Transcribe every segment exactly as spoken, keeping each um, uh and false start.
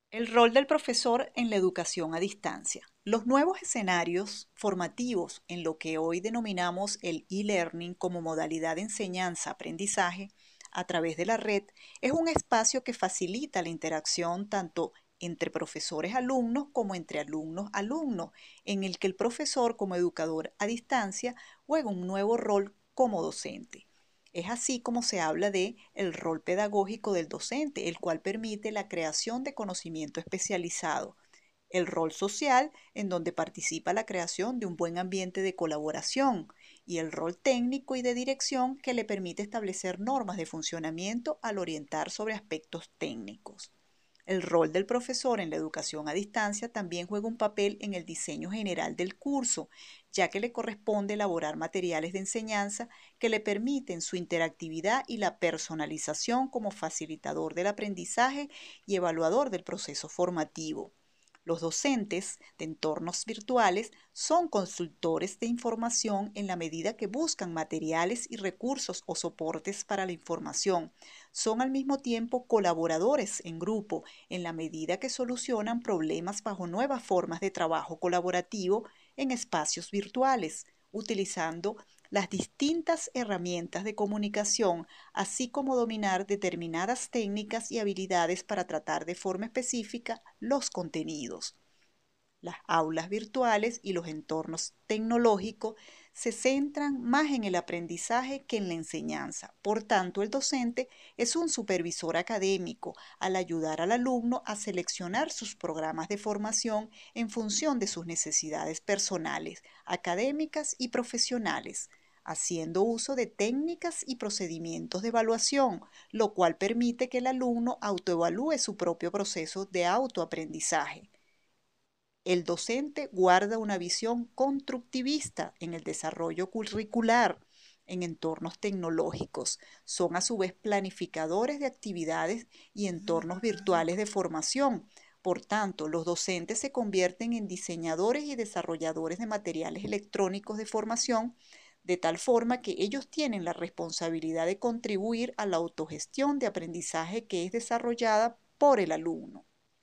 El rol del profesor en la educación a distancia. Los nuevos escenarios formativos en lo que hoy denominamos el e-learning como modalidad de enseñanza-aprendizaje a través de la red es un espacio que facilita la interacción tanto entre profesores-alumnos como entre alumnos-alumnos, en el que el profesor como educador a distancia juega un nuevo rol como docente. Es así como se habla de el rol pedagógico del docente, el cual permite la creación de conocimiento especializado. El rol social, en donde participa la creación de un buen ambiente de colaboración. Y el rol técnico y de dirección, que le permite establecer normas de funcionamiento al orientar sobre aspectos técnicos. El rol del profesor en la educación a distancia también juega un papel en el diseño general del curso, ya que le corresponde elaborar materiales de enseñanza que le permiten su interactividad y la personalización como facilitador del aprendizaje y evaluador del proceso formativo. Los docentes de entornos virtuales son consultores de información en la medida que buscan materiales y recursos o soportes para la información. Son al mismo tiempo colaboradores en grupo en la medida que solucionan problemas bajo nuevas formas de trabajo colaborativo en espacios virtuales, utilizando las distintas herramientas de comunicación, así como dominar determinadas técnicas y habilidades para tratar de forma específica los contenidos. Las aulas virtuales y los entornos tecnológicos se centran más en el aprendizaje que en la enseñanza. Por tanto, el docente es un supervisor académico al ayudar al alumno a seleccionar sus programas de formación en función de sus necesidades personales, académicas y profesionales, haciendo uso de técnicas y procedimientos de evaluación, lo cual permite que el alumno autoevalúe su propio proceso de autoaprendizaje. El docente guarda una visión constructivista en el desarrollo curricular en entornos tecnológicos. Son a su vez planificadores de actividades y entornos virtuales de formación. Por tanto, los docentes se convierten en diseñadores y desarrolladores de materiales electrónicos de formación, de tal forma que ellos tienen la responsabilidad de contribuir a la autogestión de aprendizaje que es desarrollada por el alumno.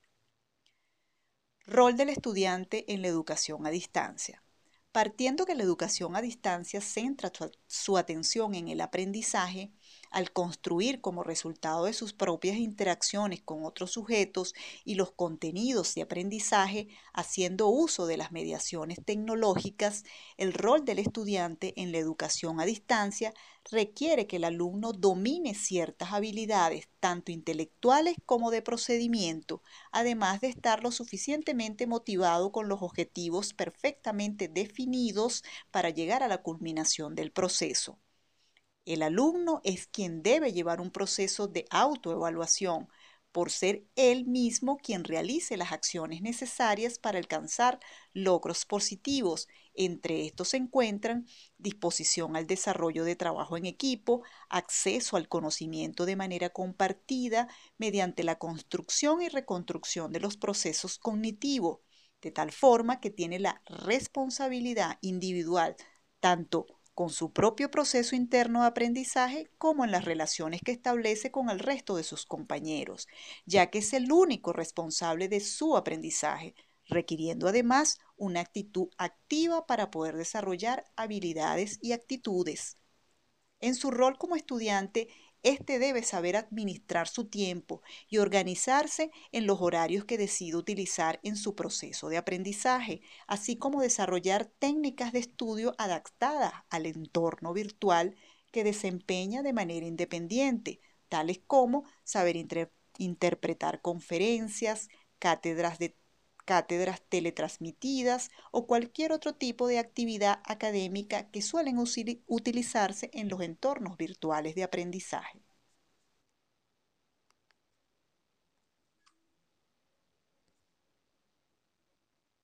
Rol del estudiante en la educación a distancia. Partiendo que la educación a distancia centra su, su atención en el aprendizaje, al construir como resultado de sus propias interacciones con otros sujetos y los contenidos de aprendizaje, haciendo uso de las mediaciones tecnológicas, el rol del estudiante en la educación a distancia requiere que el alumno domine ciertas habilidades, tanto intelectuales como de procedimiento, además de estar lo suficientemente motivado con los objetivos perfectamente definidos para llegar a la culminación del proceso. El alumno es quien debe llevar un proceso de autoevaluación, por ser él mismo quien realice las acciones necesarias para alcanzar logros positivos. Entre estos se encuentran disposición al desarrollo de trabajo en equipo, acceso al conocimiento de manera compartida mediante la construcción y reconstrucción de los procesos cognitivos, de tal forma que tiene la responsabilidad individual tanto con su propio proceso interno de aprendizaje como en las relaciones que establece con el resto de sus compañeros, ya que es el único responsable de su aprendizaje, requiriendo además una actitud activa para poder desarrollar habilidades y actitudes. En su rol como estudiante, éste debe saber administrar su tiempo y organizarse en los horarios que decide utilizar en su proceso de aprendizaje, así como desarrollar técnicas de estudio adaptadas al entorno virtual que desempeña de manera independiente, tales como saber interpretar conferencias, cátedras de cátedras teletransmitidas o cualquier otro tipo de actividad académica que suelen utilizarse en los entornos virtuales de aprendizaje.